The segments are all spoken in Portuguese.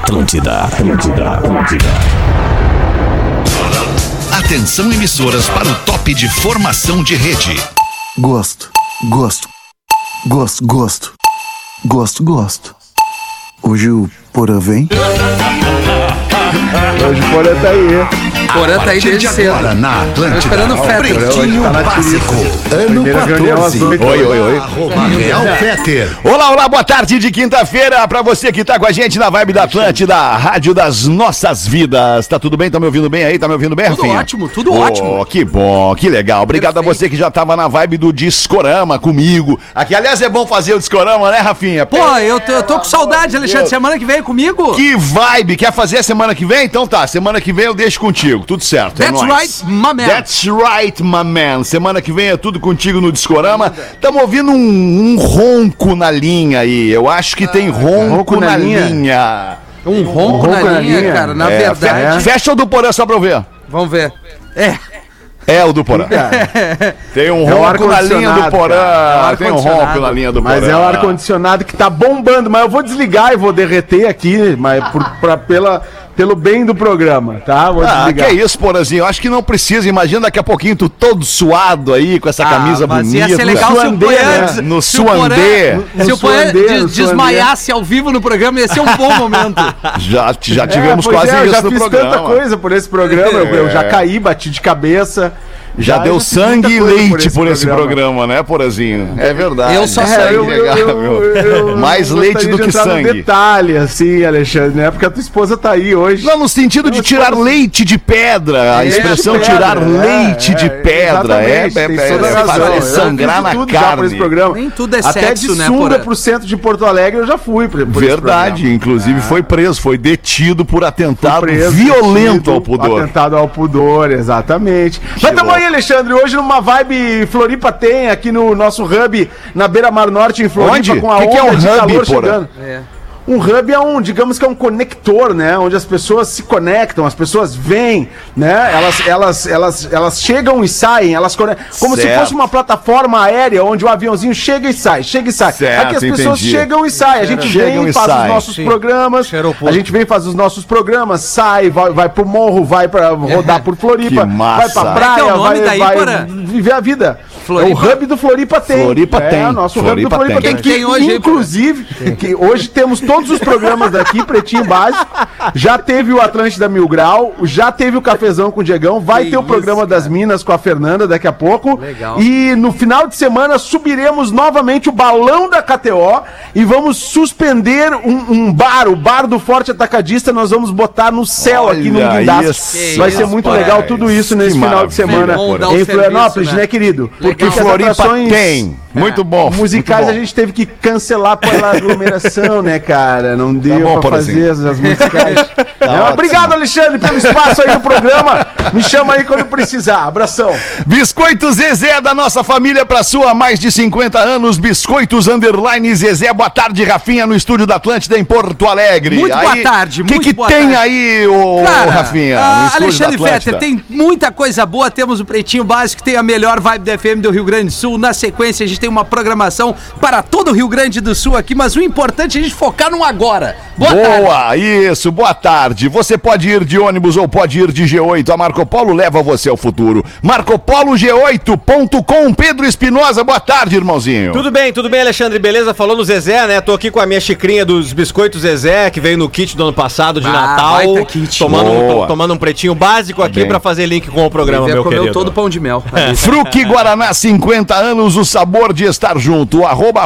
Atlântida. Atenção, emissoras, para o top de formação de rede. Gosto. Hoje o Porã vem? Hoje o Porã tá aí. Porã tá aí desde cedo. Agora na Atlântida. Esperando o Fetter. Pretinho Tá na Básico. Ano 14. Oi. Real Fetter. Olá, boa tarde de quinta-feira pra você que tá com a gente na Vibe da Atlântida, a rádio das nossas vidas. Tá tudo bem? Tá me ouvindo bem aí? Tá me ouvindo bem, Rafinha? Tudo ótimo. Que bom, que legal. Obrigado a você que já tava na vibe do Discorama comigo. Aqui, aliás, é bom fazer o Discorama, né, Rafinha? Pô, eu tô com saudade, Alexandre. Semana que vem comigo? Que vibe! Quer fazer a semana que vem? Então tá, semana que vem eu deixo contigo, tudo certo. That's right, my man. That's right, my man. Semana que vem é tudo contigo no Discorama. Estamos ouvindo um ronco na linha aí. Eu acho que tem ronco na linha. Um ronco na linha, cara, na verdade. Fecha o do Porã só pra eu ver. Vamos ver. É o do Porã. Tem um ronco na linha do Porã. Tem um ronco na linha do Porã. Mas é o ar-condicionado que tá bombando. Mas eu vou desligar e vou derreter aqui, mas pelo bem do programa, tá? Vou desligar. Que isso, Porãzinho. Eu acho que não precisa. Imagina daqui a pouquinho tu todo suado aí, com essa camisa bonita. Ia ser legal se o Porã... No suandê. Se o Porã desmaiasse ao vivo no programa, ia ser um bom momento. Já tivemos quase isso no programa. Eu já fiz tanta coisa por esse programa. Eu já caí, bati de cabeça. Já deu sangue e leite por esse programa, né, Porãzinho? É verdade. Eu só sei. Mais leite do que sangue. Detalhe, assim, Alexandre, né? Porque a tua esposa tá aí hoje. Não, no sentido de tirar leite de pedra. A expressão tirar leite de pedra. Para sangrar na carne. Nem tudo é até sexo, de né, sunga pro centro de Porto Alegre eu já fui. Verdade, inclusive foi preso, foi detido por atentado violento ao pudor. Atentado ao pudor, exatamente. Mas tamo aí, Alexandre, hoje numa vibe Floripa tem, aqui no nosso hub, na Beira Mar Norte, em Floripa. Onde? Com a onda que é um de hub, calor porra? chegando. Um hub é digamos que é um conector, né? Onde as pessoas se conectam, as pessoas vêm, né? Elas chegam e saem, elas conectam. Como se fosse uma plataforma aérea onde o aviãozinho chega e sai. Certo, aqui as pessoas chegam e saem. A gente vem e faz os nossos programas. A gente vem e faz os nossos programas, sai, vai pro morro, vai pra rodar por Floripa, vai pra praia, vai viver a vida. Floripa. É o hub do Floripa tem. Floripa tem. É o nosso hub do Floripa tem. Que hoje, inclusive, que hoje temos todos os programas daqui, Pretinho Básico. Já teve o Atlântida Mil Grau, já teve o Cafezão com o Diegão, vai ter o programa das Minas com a Fernanda daqui a pouco. Legal. E no final de semana subiremos novamente o balão da KTO e vamos suspender um bar, o bar do Forte Atacadista, nós vamos botar no céu aqui no guindaste. Vai ser muito legal tudo isso nesse final de semana em Florianópolis, né, querido? Porque Floripa tem. Muito bom. Musicais muito bom. A gente teve que cancelar pela aglomeração, né, cara? Não deu pra fazer as musicais. Obrigado, Alexandre, pelo espaço aí no programa. Me chama aí quando precisar. Abração. Biscoitos Zezé da nossa família pra sua há mais de 50 anos. Biscoitos _ Zezé. Boa tarde, Rafinha, no estúdio da Atlântida em Porto Alegre. Muito boa tarde. O que tem aí, Rafinha? Alexandre Fetter, tem muita coisa boa. Temos o Pretinho Básico, tem a melhor vibe da FM do Rio Grande do Sul. Na sequência, a gente tem uma programação para todo o Rio Grande do Sul aqui, mas o importante é a gente focar no agora. Boa tarde. Isso, boa tarde. Você pode ir de ônibus ou pode ir de G8. A Marco Polo leva você ao futuro. MarcoPoloG8.com. Pedro Espinosa, boa tarde, irmãozinho. Tudo bem, Alexandre, beleza? Falou no Zezé, né? Tô aqui com a minha xicrinha dos biscoitos Zezé, que veio no kit do ano passado de Natal. Tomando um pretinho básico aqui pra fazer link com o programa, meu querido. Comeu todo pão de mel. Fruc Guaraná, 50 anos, o sabor de estar junto.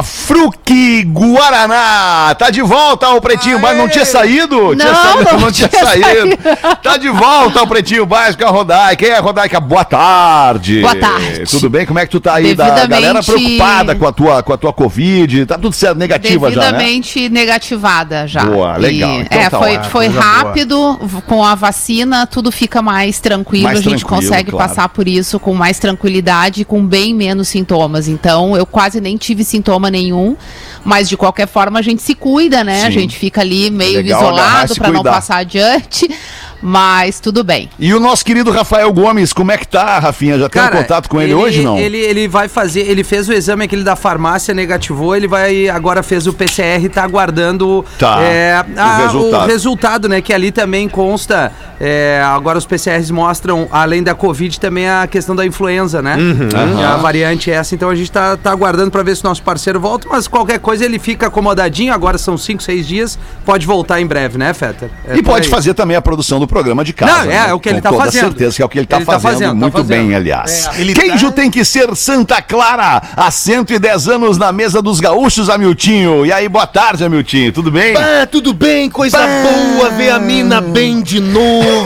@Fruc Guaraná. Tá de volta ao Pretinho Básico. Não tinha saído? Não tinha saído. Tá de volta ao Pretinho Básico, a Rodaica. Quem é a Rodaica? Boa tarde. Boa tarde. Tudo bem? Como é que tu tá aí? Da galera preocupada com a tua Covid. Tá tudo certo, negativa já, né? Devidamente negativada já. Boa, legal. Então foi rápido. Com a vacina, tudo fica mais tranquilo. A gente consegue passar por isso com mais tranquilidade, com bem menos sintomas. Então, eu quase nem tive sintoma nenhum. Mas, de qualquer forma, a gente se cuida, né? Sim. A gente fica ali meio isolado para não passar adiante. mas tudo bem. E o nosso querido Rafael Gomes, como é que tá, Rafinha? Já tem contato com ele hoje, não? Ele vai fazer, ele fez o exame aquele da farmácia, negativou, ele vai, agora fez o PCR e tá aguardando o resultado, né, que ali também consta, agora os PCRs mostram, além da Covid, também a questão da influenza, né? A variante é essa, então a gente tá aguardando pra ver se o nosso parceiro volta, mas qualquer coisa ele fica acomodadinho, agora são 5, 6 dias, pode voltar em breve, né, Fetter? E pode fazer também a produção do programa de casa. Não, é o que ele tá fazendo. Com toda certeza que é o que ele tá fazendo muito bem, aliás. Queijo tem que ser Santa Clara, há 110 anos na mesa dos gaúchos, Amiltinho. E aí, boa tarde, Amiltinho, tudo bem? Tudo bem, coisa boa ver a mina bem de novo.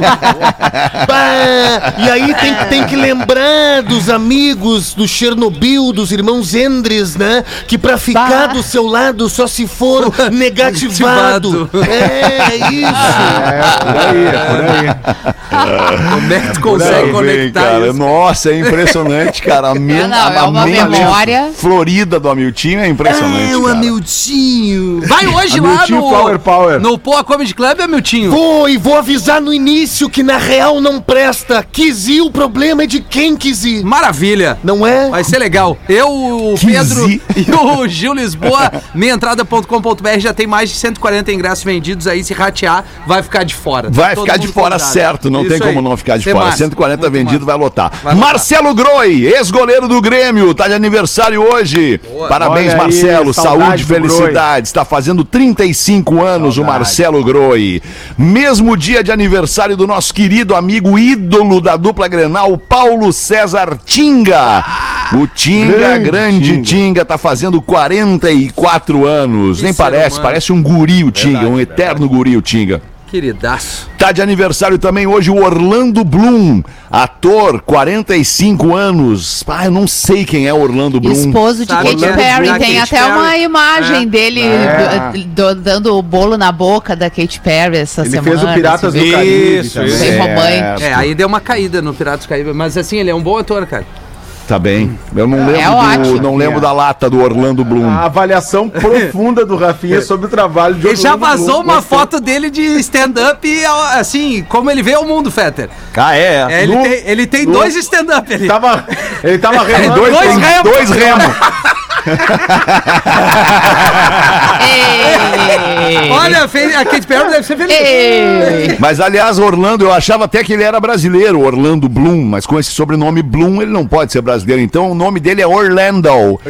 E aí tem que lembrar dos amigos do Chernobyl, dos irmãos Endres, né? Que pra ficar do seu lado só se for negativado. É isso. Por aí. Como é que tu consegue conectar cara. isso? Nossa, é impressionante, cara. A mente memória florida do Amiltinho é impressionante, o Amiltinho. Vai hoje Amiltinho lá no Poa Comedy Club, Amiltinho? Vou avisar no início que na real não presta. Quis ir, o problema é de quem quis ir. Maravilha. Não é? Vai ser legal. Eu, o Pedro e o Gil Lisboa, meiaentrada.com.br, já tem mais de 140 ingressos vendidos aí. Se ratear, vai ficar de fora. Vai ficar de fora, certo. Não tem como não ficar de fora. Massa. 140 vendido, vai lotar. Marcelo Groi, ex-goleiro do Grêmio, tá de aniversário hoje. Boa. Parabéns, Marcelo. Saúde, felicidade. Está fazendo 35 anos o Marcelo Groi. Mesmo dia de aniversário do nosso querido amigo ídolo da dupla Grenal, Paulo César Tinga. O Tinga, grande Tinga, tá fazendo 44 anos. Nem parece um guri o Tinga, um eterno guri o Tinga. Queridaço. Tá de aniversário também hoje o Orlando Bloom, ator, 45 anos. Eu não sei quem é Orlando Bloom. Esposo de Katy Perry. Tem até uma imagem dele dando o bolo na boca da Katy Perry essa semana. Ele fez o Piratas do Caribe. Isso. Bem romântico. Aí deu uma caída no Piratas do Caribe, mas assim, ele é um bom ator, cara. Tá bem. Eu não lembro da lata do Orlando Bloom. A avaliação profunda do Rafinha sobre o trabalho de Ele já vazou uma foto dele de stand-up, assim, como ele vê o mundo, Fetter. Ele tem dois stand-up ali. Ele tava remando. Dois remos. Olha, a Katy Perry deve ser feliz. Mas, aliás, Orlando, eu achava até que ele era brasileiro, Orlando Bloom, mas com esse sobrenome Bloom, ele não pode ser brasileiro. Então, o nome dele é Orlando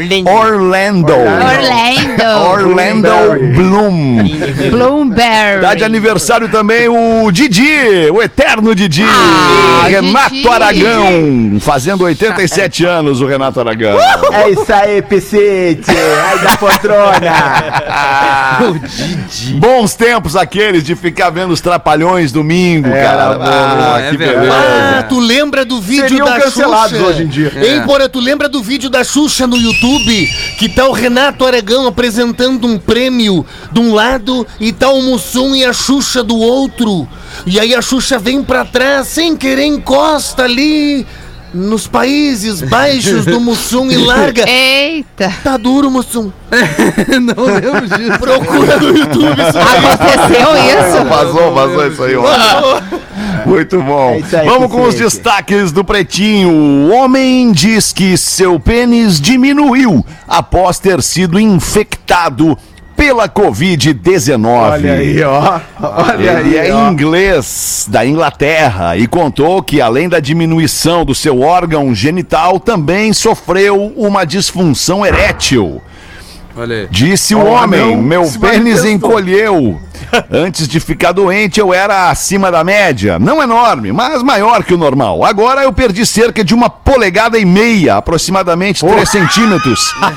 Bloom. Bloomberry. Tá de aniversário também o Didi, o eterno Didi. Renato Didi. Aragão, fazendo 87 anos, o Renato Aragão. É isso aí, PC. Ai da poltrona. O Didi. Bons tempos aqueles de ficar vendo os Trapalhões domingo, cara. Que beleza. Tu lembra do vídeo seriam da cancelados Xuxa? Hoje em dia. Hein, Porra, tu lembra do vídeo da Xuxa no YouTube? Que tá o Renato Aragão apresentando um prêmio de um lado e tá o Mussum e a Xuxa do outro. E aí a Xuxa vem pra trás, sem querer encosta ali nos Países Baixos do Mussum e larga. Eita! Tá duro, Mussum. Não lembro disso. Procura no YouTube. Aconteceu isso? Vazou isso aí, ó. Muito bom. Vamos com os destaques do Pretinho. O homem diz que seu pênis diminuiu após ter sido infectado pela Covid-19. Olha aí, ó. Ele é inglês da Inglaterra e contou que, além da diminuição do seu órgão genital, também sofreu uma disfunção erétil. Disse o homem, meu pênis encolheu. Antes de ficar doente, eu era acima da média. Não enorme, mas maior que o normal. Agora eu perdi cerca de 1,5 polegadas, aproximadamente 3 centímetros.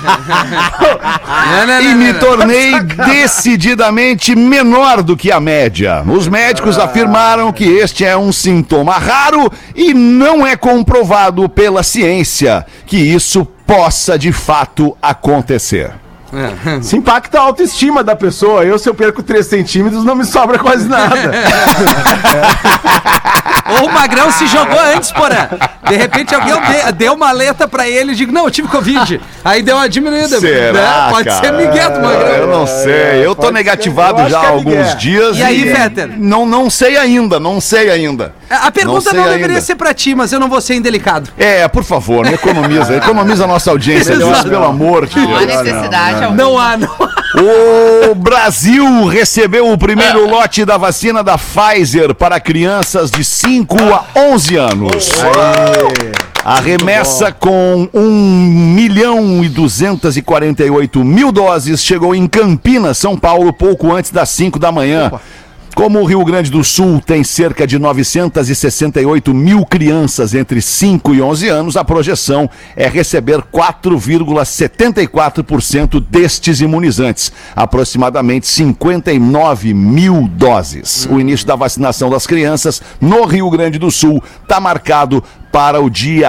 E me tornei decididamente menor do que a média. Os médicos afirmaram que este é um sintoma raro e não é comprovado pela ciência que isso possa de fato acontecer. Se impacta a autoestima da pessoa. Se eu perco 3 centímetros, não me sobra quase nada. Ou o Magrão se jogou antes, Porã. De repente alguém deu uma letra pra ele e digo, não, eu tive Covid. Aí deu uma diminuída. Será, né? Pode ser Miguel do Magrão. Eu não sei. Eu tô negativado já há alguns dias. E aí, Fetter? Não sei ainda. A pergunta não deveria ser pra ti, mas eu não vou ser indelicado. Por favor, me economiza. Economiza a nossa audiência, pelo amor de Deus. Não há necessidade. Não há. O Brasil recebeu o primeiro lote da vacina da Pfizer para crianças de 5 a 11 anos. A remessa com 1.248.000 doses chegou em Campinas, São Paulo, pouco antes das 5 da manhã. Como o Rio Grande do Sul tem cerca de 968.000 crianças entre 5 e 11 anos, a projeção é receber 4,74% destes imunizantes, aproximadamente 59.000 doses. O início da vacinação das crianças no Rio Grande do Sul está marcado para o dia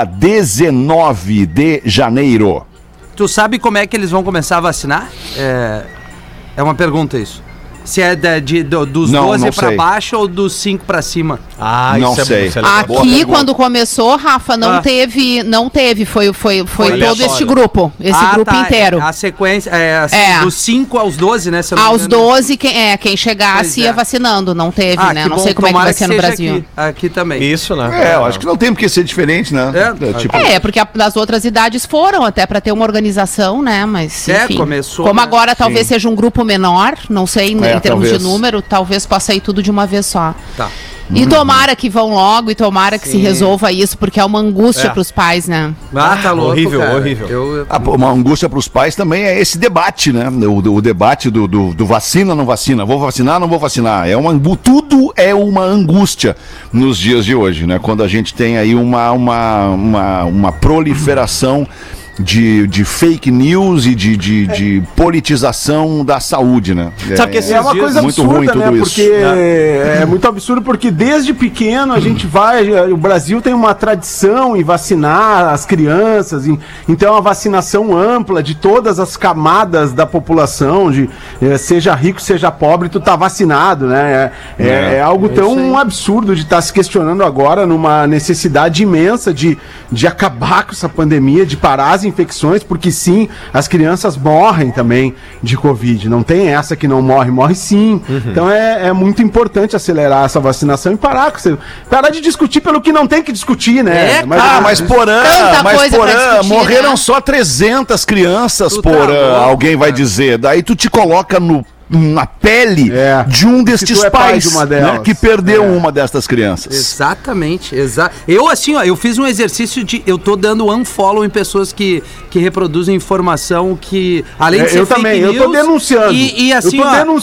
19 de janeiro. Tu sabe como é que eles vão começar a vacinar? É uma pergunta isso. Se é dos 12 pra baixo ou dos 5 pra cima? Não sei. Aqui, quando começou, Rafa, não teve. Foi todo este grupo. Grupo inteiro. A sequência dos 5 aos 12, né? Aos 12, quem chegasse ia vacinando. Não teve, né? Não sei como é que vai ser no Brasil. Aqui também. Isso, né? Eu acho que não tem porque ser diferente, né? Porque das outras idades foram, até pra ter uma organização, né? Mas, enfim. Começou. Como agora talvez seja um grupo menor, não sei, em termos de número, talvez possa ir tudo de uma vez só. Tá. E tomara que vão logo e tomara que se resolva isso, porque é uma angústia pros pais, né? Tá louco, horrível, cara. horrível. Uma angústia pros pais também é esse debate, né? O debate do vacina, não vacina, vou vacinar, não vou vacinar. Tudo é uma angústia nos dias de hoje, né? Quando a gente tem aí uma proliferação de fake news e de politização da saúde, né? Sabe que é uma coisa muito absurda, ruim tudo, né? Porque é muito absurdo, porque desde pequeno a gente o Brasil tem uma tradição em vacinar as crianças, então a vacinação ampla de todas as camadas da população, seja rico, seja pobre, tu tá vacinado, né? É algo tão absurdo de estar se questionando agora numa necessidade imensa de acabar com essa pandemia, de parar as infecções, porque sim, as crianças morrem também de Covid, não tem essa que não morre sim. Então é muito importante acelerar essa vacinação e parar de discutir pelo que não tem que discutir, né? Mas Porã, morreram só 300 crianças, Porã, alguém vai dizer, daí tu te coloca na pele de um destes pais né, que perdeu uma destas crianças. Exatamente, eu fiz um exercício eu tô dando unfollow em pessoas que reproduzem informação que, além de ser fake news... Eu tô denunciando. E assim,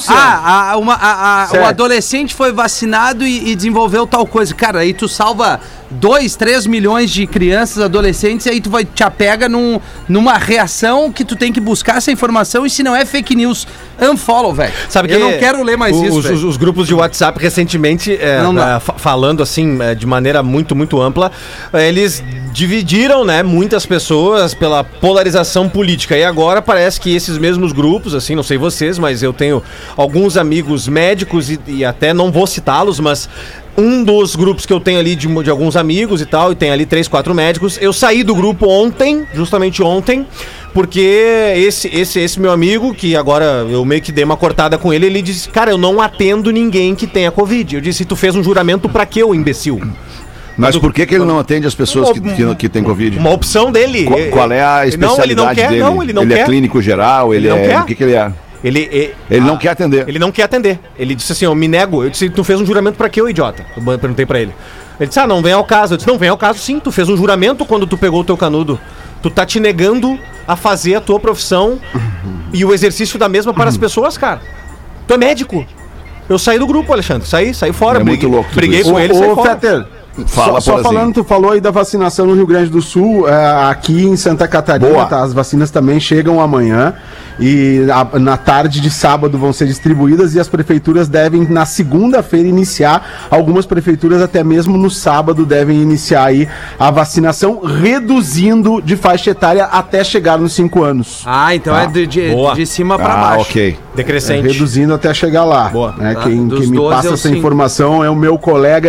o adolescente foi vacinado e desenvolveu tal coisa. Cara, aí tu salva 2, 3 milhões de crianças, adolescentes, e aí tu te apega numa reação que tu tem que buscar essa informação, e se não é fake news, unfollow, velho. Sabe que eu não quero ler mais isso, os grupos de WhatsApp recentemente, falando assim, de maneira muito, muito ampla, eles dividiram, né, muitas pessoas pela polarização política, e agora parece que esses mesmos grupos, assim, não sei vocês, mas eu tenho alguns amigos médicos e até não vou citá-los, mas um dos grupos que eu tenho ali de alguns amigos e tal, e tem ali 3, 4 médicos, eu saí do grupo justamente ontem, porque esse meu amigo, que agora eu meio que dei uma cortada com ele disse, cara, eu não atendo ninguém que tenha Covid. Eu disse, tu fez um juramento pra quê, ô imbecil? Mas por que ele não atende as pessoas que têm Covid? Uma opção dele. Qual é a especialidade dele? Ele é clínico geral? Ele é... O que ele é? Ele não quer atender. Ele não quer atender. Ele disse assim, eu me nego. Eu disse, tu fez um juramento pra quê, ô idiota? Eu perguntei pra ele. Ele disse, não vem ao caso. Eu disse, não vem ao caso sim, tu fez um juramento quando tu pegou o teu canudo. Tu tá te negando a fazer a tua profissão e o exercício da mesma para as pessoas, cara. Tu é médico. Eu saí do grupo, Alexandre. Saí fora. Muito louco. Briguei com ele, saí fora. Fetter, só falando, tu falou aí da vacinação no Rio Grande do Sul, aqui em Santa Catarina, tá, as vacinas também chegam amanhã e na tarde de sábado vão ser distribuídas, e as prefeituras devem na segunda-feira iniciar, algumas prefeituras até mesmo no sábado devem iniciar aí a vacinação, reduzindo de faixa etária até chegar nos 5 anos. Então é de cima para baixo. Ok. Decrescente. Reduzindo até chegar lá. Boa. Quem me passa essa informação é o meu colega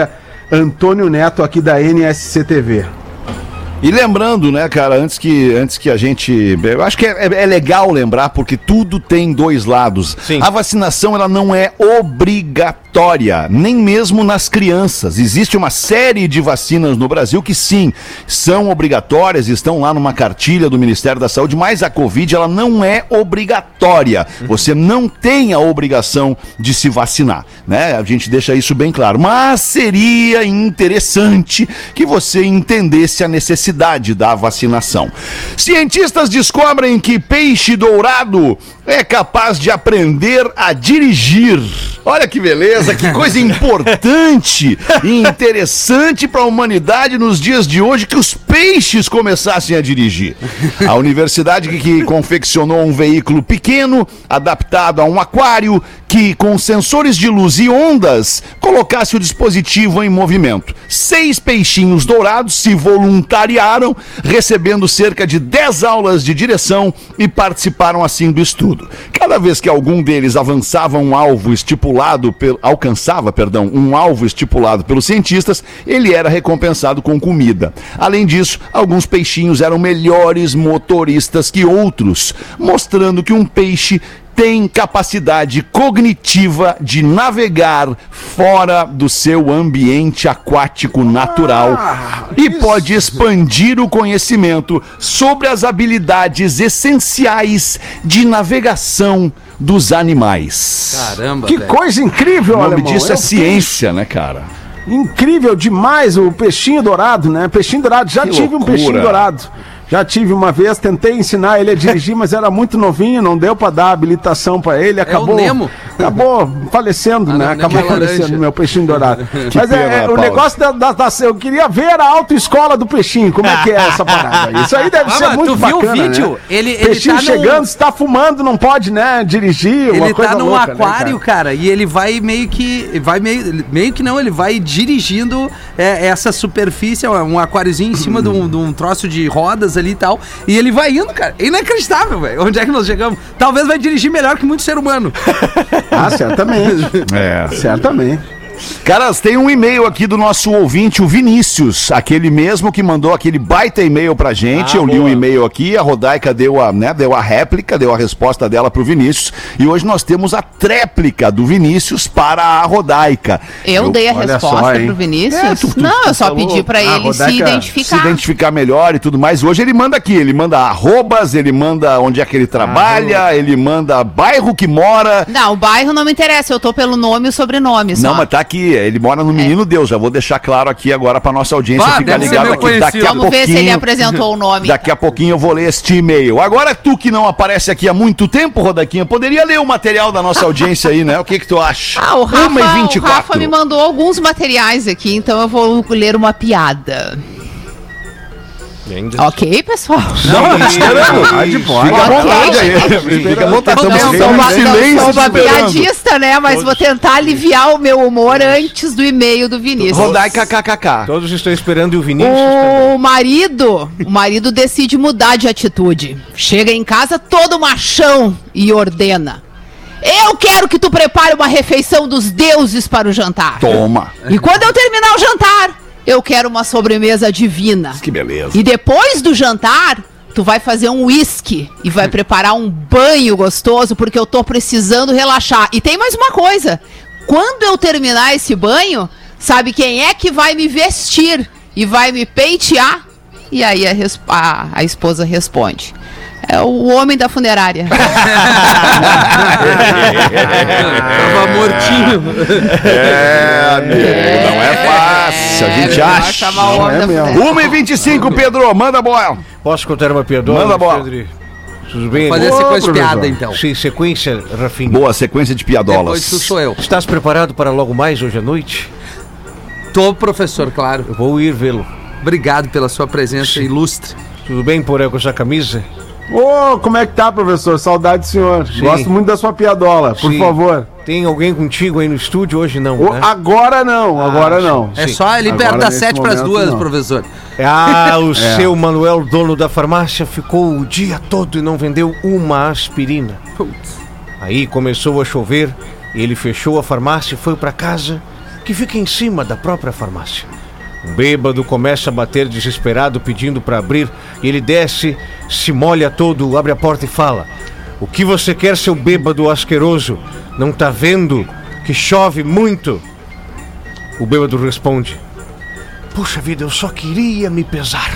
Antônio Neto, aqui da NSC TV. E lembrando, né, cara, antes que a gente... Eu acho que é legal lembrar, porque tudo tem dois lados. Sim. A vacinação, ela não é obrigatória, nem mesmo nas crianças. Existe uma série de vacinas no Brasil que, sim, são obrigatórias, estão lá numa cartilha do Ministério da Saúde, mas a Covid, ela não é obrigatória. Você não tem a obrigação de se vacinar, né? A gente deixa isso bem claro. Mas seria interessante que você entendesse a necessidade da vacinação. Cientistas descobrem que peixe dourado é capaz de aprender a dirigir. Olha que beleza, que coisa importante e interessante para a humanidade nos dias de hoje, que os peixes começassem a dirigir. A universidade que confeccionou um veículo pequeno, adaptado a um aquário, que com sensores de luz e ondas colocasse o dispositivo em movimento. 6 peixinhos dourados se voluntariaram, recebendo cerca de 10 aulas de direção e participaram assim do estudo. Cada vez que algum deles alcançava um alvo estipulado pelos cientistas, ele era recompensado com comida. Além disso, alguns peixinhos eram melhores motoristas que outros, mostrando que um peixe tem capacidade cognitiva de navegar fora do seu ambiente aquático natural e pode expandir o conhecimento sobre as habilidades essenciais de navegação dos animais. Caramba, que coisa incrível, O nome alemão. disso é ciência, né, cara? Incrível demais o peixinho dourado, né? Peixinho dourado, já tive um peixinho dourado. Já tive uma vez, tentei ensinar ele a dirigir, mas era muito novinho, não deu pra dar habilitação pra ele, acabou... o Nemo. Acabou falecendo, né? Acabou falecendo, meu peixinho dourado. Mas o negócio eu queria ver a autoescola do peixinho, como é que é essa parada aí? Isso aí deve ser muito bacana, tu viu o vídeo? Né? Peixinho tá chegando, se tá fumando, não pode, né, dirigir, uma ele coisa tá num louca, aquário, né, cara? e ele vai ele vai dirigindo essa superfície, um aquáriozinho em cima de um troço de rodas ali e tal, e ele vai indo, cara. É inacreditável, velho. Onde é que nós chegamos? Talvez vai dirigir melhor que muito ser humano. Ah, certamente. Certamente. Caras, tem um e-mail aqui do nosso ouvinte, o Vinícius, aquele mesmo que mandou aquele baita e-mail pra gente. Eu li o e-mail aqui, a Rodaica deu a réplica, deu a resposta dela pro Vinícius, e hoje nós temos a tréplica do Vinícius para a Rodaica. Eu dei a resposta pro Vinícius? Não, eu só pedi pra ele se identificar. Se identificar melhor e tudo mais. Hoje ele manda aqui, ele manda arrobas, ele manda onde é que ele trabalha, ele manda bairro que mora. Não, o bairro não me interessa, eu tô pelo nome e o sobrenome só. Não, mas tá aqui, ele mora no Menino Deus, já vou deixar claro aqui agora pra nossa audiência ficar ligada aqui daqui a pouquinho. Vamos ver se ele apresentou o nome. Daqui a pouquinho eu vou ler este e-mail. Agora tu que não aparece aqui há muito tempo, Rodaquinha, poderia ler o material da nossa audiência aí, né? O que tu acha? O Rafa me mandou alguns materiais aqui, então eu vou ler uma piada. Ok, pessoal? Não, esperando. Fica à vontade aí. Fica à vontade. Sou uma piadista, né? Mas vou tentar aliviar o meu humor antes do e-mail do Vinícius. Rodaica KKK. Todos estão esperando e o Vinícius O marido decide mudar de atitude. Chega em casa todo machão e ordena: eu quero que tu prepare uma refeição dos deuses para o jantar. Toma. E quando eu terminar o jantar, eu quero uma sobremesa divina. Que beleza. E depois do jantar, tu vai fazer um uísque e vai preparar um banho gostoso, porque eu tô precisando relaxar. E tem mais uma coisa. Quando eu terminar esse banho, sabe quem é que vai me vestir e vai me pentear? E aí a esposa responde: é o homem da funerária. Tava mortinho. Amigo, não é fácil, a gente acha. 1h25, Pedro, manda bola. Posso contar uma piada? Manda bola. Tudo bem? Fazer sequência de piada, então. Sim, sequência, Rafinha. Boa, sequência de piadolas. Depois tu sou eu. Estás preparado para logo mais hoje à noite? Tô, professor, claro. Eu vou ir vê-lo. Obrigado pela sua presença ilustre. Tudo bem, Porém, com essa camisa? Como é que tá, professor? Saudade do senhor. Sim. Gosto muito da sua piadola, por Sim. favor. Tem alguém contigo aí no estúdio hoje? Não, né? Agora não, agora não. É só ali perto das 7:02, não. professor. Seu Manuel, dono da farmácia, ficou o dia todo e não vendeu uma aspirina. Aí começou a chover, ele fechou a farmácia, foi pra casa que fica em cima da própria farmácia. O bêbado começa a bater desesperado pedindo para abrir e ele desce, se molha todo, abre a porta e fala: o que você quer, seu bêbado asqueroso? Não tá vendo que chove muito? O bêbado responde: puxa vida, eu só queria me pesar.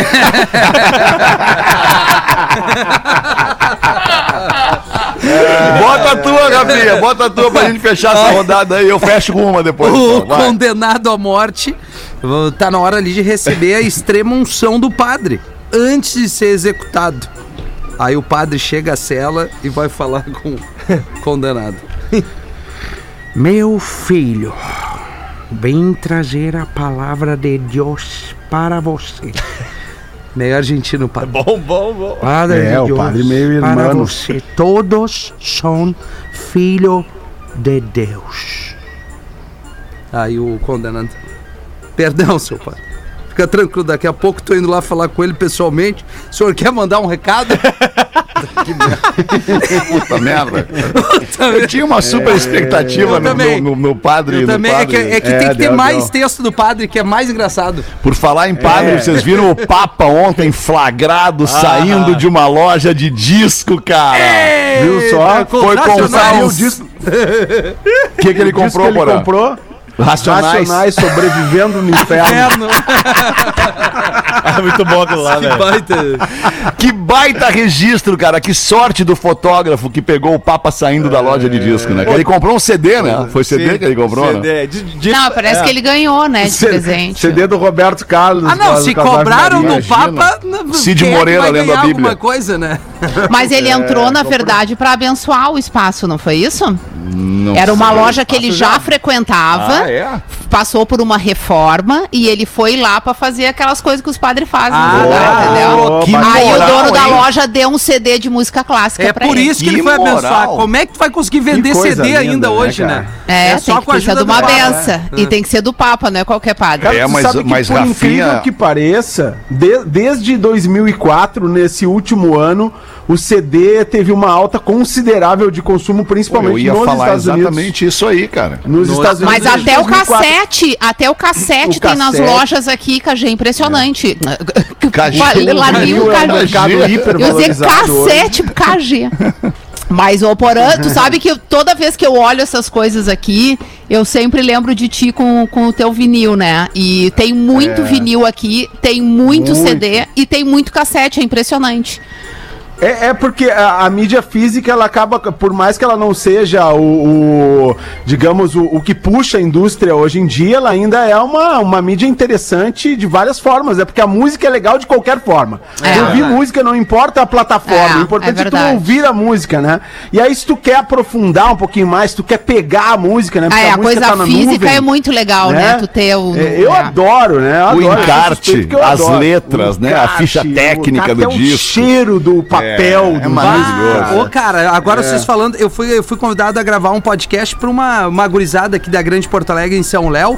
Bota a tua, Gabriel, bota a tua pra gente fechar essa rodada aí. Eu fecho com uma depois. O condenado à morte tá na hora ali de receber a extrema unção do padre antes de ser executado. Aí o padre chega à cela e vai falar com o condenado. Meu filho, vem trazer a palavra de Deus para você. Meio argentino, padre. Bom. Padre de Deus, o padre meio para irmão. você. Todos são filhos de Deus. Aí o condenado: perdão, seu padre. Fica tranquilo, daqui a pouco tô indo lá falar com ele pessoalmente. O senhor quer mandar um recado? Que puta merda. Eu tinha uma super expectativa no padre. Eu também. Padre. É que tem que ter mais texto do padre, que é mais engraçado. Por falar em padre, vocês viram o Papa ontem flagrado saindo de uma loja de disco, cara. Viu só? Foi comprar o disco. O que ele comprou, Ele Porã? comprou Racionais sobrevivendo no inferno. Muito bom aquilo lá, velho. Que baita registro, cara. Que sorte do fotógrafo que pegou o Papa saindo da loja de disco, né? Que ele comprou um CD, né? Foi CD que ele comprou, né? Não, parece que ele ganhou, né, de presente. CD do Roberto Carlos. Ah, não, se cobraram do Papa, Cid Moreira lendo a Bíblia. Alguma coisa, né? Mas ele entrou, na verdade, para abençoar o espaço, não foi isso? Não Era uma sei. loja que ele já frequentava, passou por uma reforma e ele foi lá pra fazer aquelas coisas que os padres fazem no lugar, entendeu? Que Aí moral, o dono da hein? loja deu um CD de música clássica É pra por ele. isso que Que ele foi moral. abençoar. Como é que tu vai conseguir vender coisa CD linda, ainda né, hoje, cara? né? É, tem que ser de uma Papa. benção. E tem que ser do Papa, não é qualquer padre. Cara, tu mas sabe que, por Rafinha- incrível que pareça, desde 2004, nesse último ano, o CD teve uma alta considerável de consumo, Eu principalmente ia nos falar Estados Unidos. exatamente isso aí, cara. Nos Estados Unidos. Mas desde até o 2004. cassete O tem nas cassete. lojas aqui, KG, impressionante. KG. Lá nem o É um KG. mercado Eu ia dizer hipervalorizado hoje. cassete, KG. Mas, ô Porã, tu sabe que toda vez que eu olho essas coisas aqui, eu sempre lembro de ti com o teu vinil, né? E tem muito vinil aqui, tem muito CD e tem muito cassete, é impressionante. É porque a mídia física, ela acaba, por mais que ela não seja digamos, o que puxa a indústria hoje em dia, ela ainda é uma mídia interessante de várias formas. É porque a música é legal de qualquer forma. Ouvir música não importa a plataforma, o importante é tu ouvir a música, né? E aí, se tu quer aprofundar um pouquinho mais, se tu quer pegar a música, né? Porque A música coisa tá na física nuvem, é muito legal, né? Tu ter o... eu adoro, né? Eu O adoro, eu sou encarte, suspeito que eu as adoro. letras, né? A ficha técnica do até disco. O cheiro do papel. É maravilhoso. Ô, cara, agora vocês falando, eu fui convidado a gravar um podcast pra uma gurizada aqui da Grande Porto Alegre, em São Léo.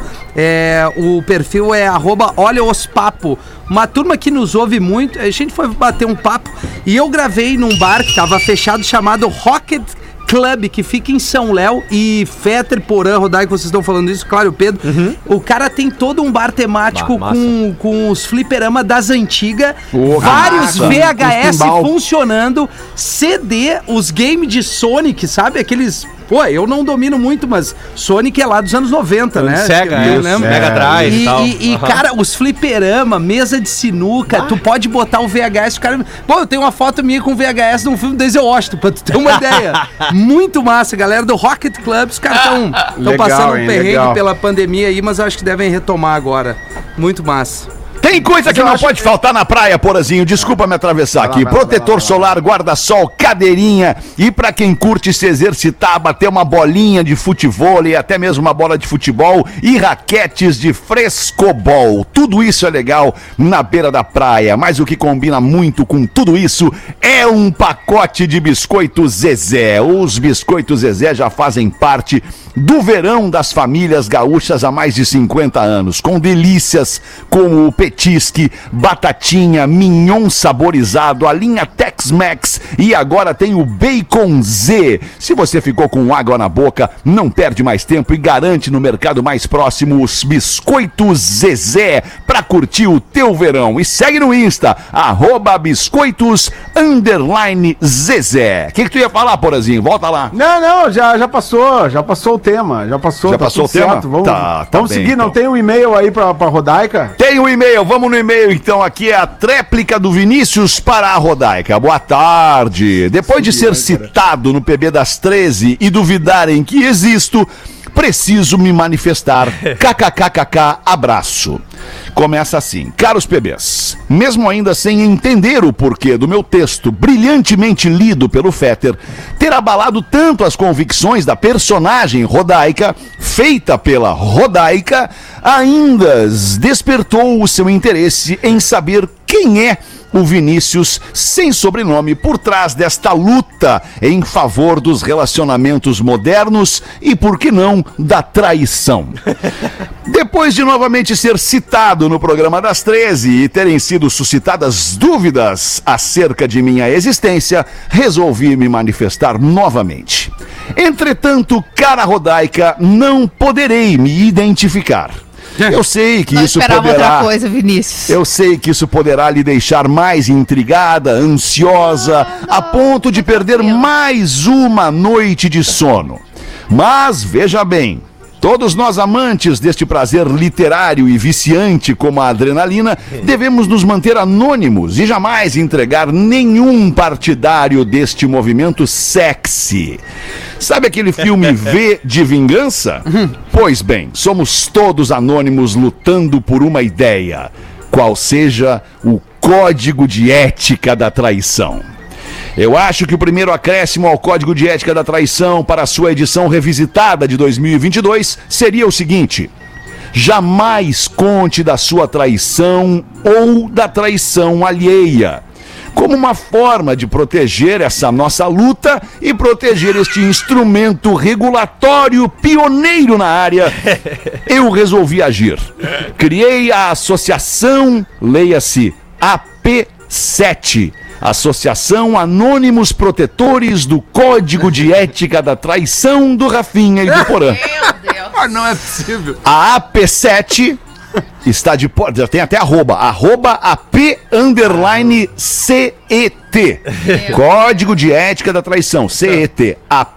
O perfil é @olhaospapo. Uma turma que nos ouve muito. A gente foi bater um papo e eu gravei num bar que tava fechado, chamado Rocket Club, que fica em São Léo. E Fetter, Porã, Rodai, que vocês estão falando isso, claro, o Pedro. O cara tem todo um bar temático com os fliperama das antigas, vários VHS funcionando, CD, os games de Sonic, sabe? Aqueles... Pô, eu não domino muito, mas Sonic é lá dos anos 90, né? Sega, eu lembro. Mega Drive e tal. E cara, os fliperama, mesa de sinuca, tu pode botar o VHS, o cara... Pô, eu tenho uma foto minha com VHS num filme do Denzel Washington, pra tu ter uma ideia. Muito massa, galera do Rocket Club. Os caras estão passando um perrengue pela pandemia aí, mas eu acho que devem retomar agora. Muito massa. Tem coisa que não pode faltar na praia, Porazinho. Desculpa me atravessar aqui. Protetor solar, guarda-sol, cadeirinha. E pra quem curte se exercitar, bater uma bolinha de futebol e até mesmo uma bola de futebol e raquetes de frescobol. Tudo isso é legal na beira da praia. Mas o que combina muito com tudo isso é um pacote de biscoitos Zezé. Os biscoitos Zezé já fazem parte do verão das famílias gaúchas há mais de 50 anos, com delícias como o petisco petisque, batatinha, mignon saborizado, a linha Tex-Mex e agora tem o Bacon Z. Se você ficou com água na boca, não perde mais tempo e garante no mercado mais próximo os biscoitos Zezé para curtir o teu verão. E segue no Insta, @biscoitos_Zezé. O que tu ia falar, Porazinho? Volta lá. Não, já passou o tema. Já passou o tema? Vamos bem, seguir, então. Não tem um e-mail aí pra Rodaica? Tem um e-mail, vamos no e-mail então. Aqui é a tréplica do Vinícius para a Rodaica. Boa tarde. Depois de ser citado no PB das 13 e duvidarem que existo, preciso me manifestar. KKKKK, abraço. Começa assim: caros PBs, mesmo ainda sem entender o porquê do meu texto brilhantemente lido pelo Fetter ter abalado tanto as convicções da personagem Rodaica, feita pela Rodaica, ainda despertou o seu interesse em saber quem é o Vinícius, sem sobrenome, por trás desta luta em favor dos relacionamentos modernos e, por que não, da traição. Depois de novamente ser citado no programa das 13 e terem sido suscitadas dúvidas acerca de minha existência, resolvi me manifestar novamente. Entretanto, cara Rodaica, não poderei me identificar. Eu sei que isso poderá... outra coisa, Vinícius. Eu sei que isso poderá lhe deixar mais intrigada, ansiosa, a ponto de perder mais uma noite de sono. Mas, veja bem, todos nós amantes deste prazer literário e viciante como a adrenalina, devemos nos manter anônimos e jamais entregar nenhum partidário deste movimento sexy. Sabe aquele filme V de Vingança? Pois bem, somos todos anônimos lutando por uma ideia, qual seja o código de ética da traição. Eu acho que o primeiro acréscimo ao Código de Ética da Traição para a sua edição revisitada de 2022 seria o seguinte: jamais conte da sua traição ou da traição alheia, como uma forma de proteger essa nossa luta e proteger este instrumento regulatório pioneiro na área, eu resolvi agir. Criei a associação, leia-se AP7, Associação Anônimos Protetores do Código de Ética da Traição do Rafinha e do Porã. Meu Deus. Ah, não é possível. A AP7 está de porta, já tem até arroba AP_CET. Código de Ética da Traição, CET.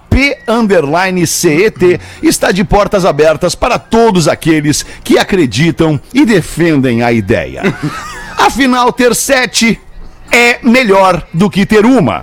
AP_CET está de portas abertas para todos aqueles que acreditam e defendem a ideia. Afinal, ter 7 é melhor do que ter uma.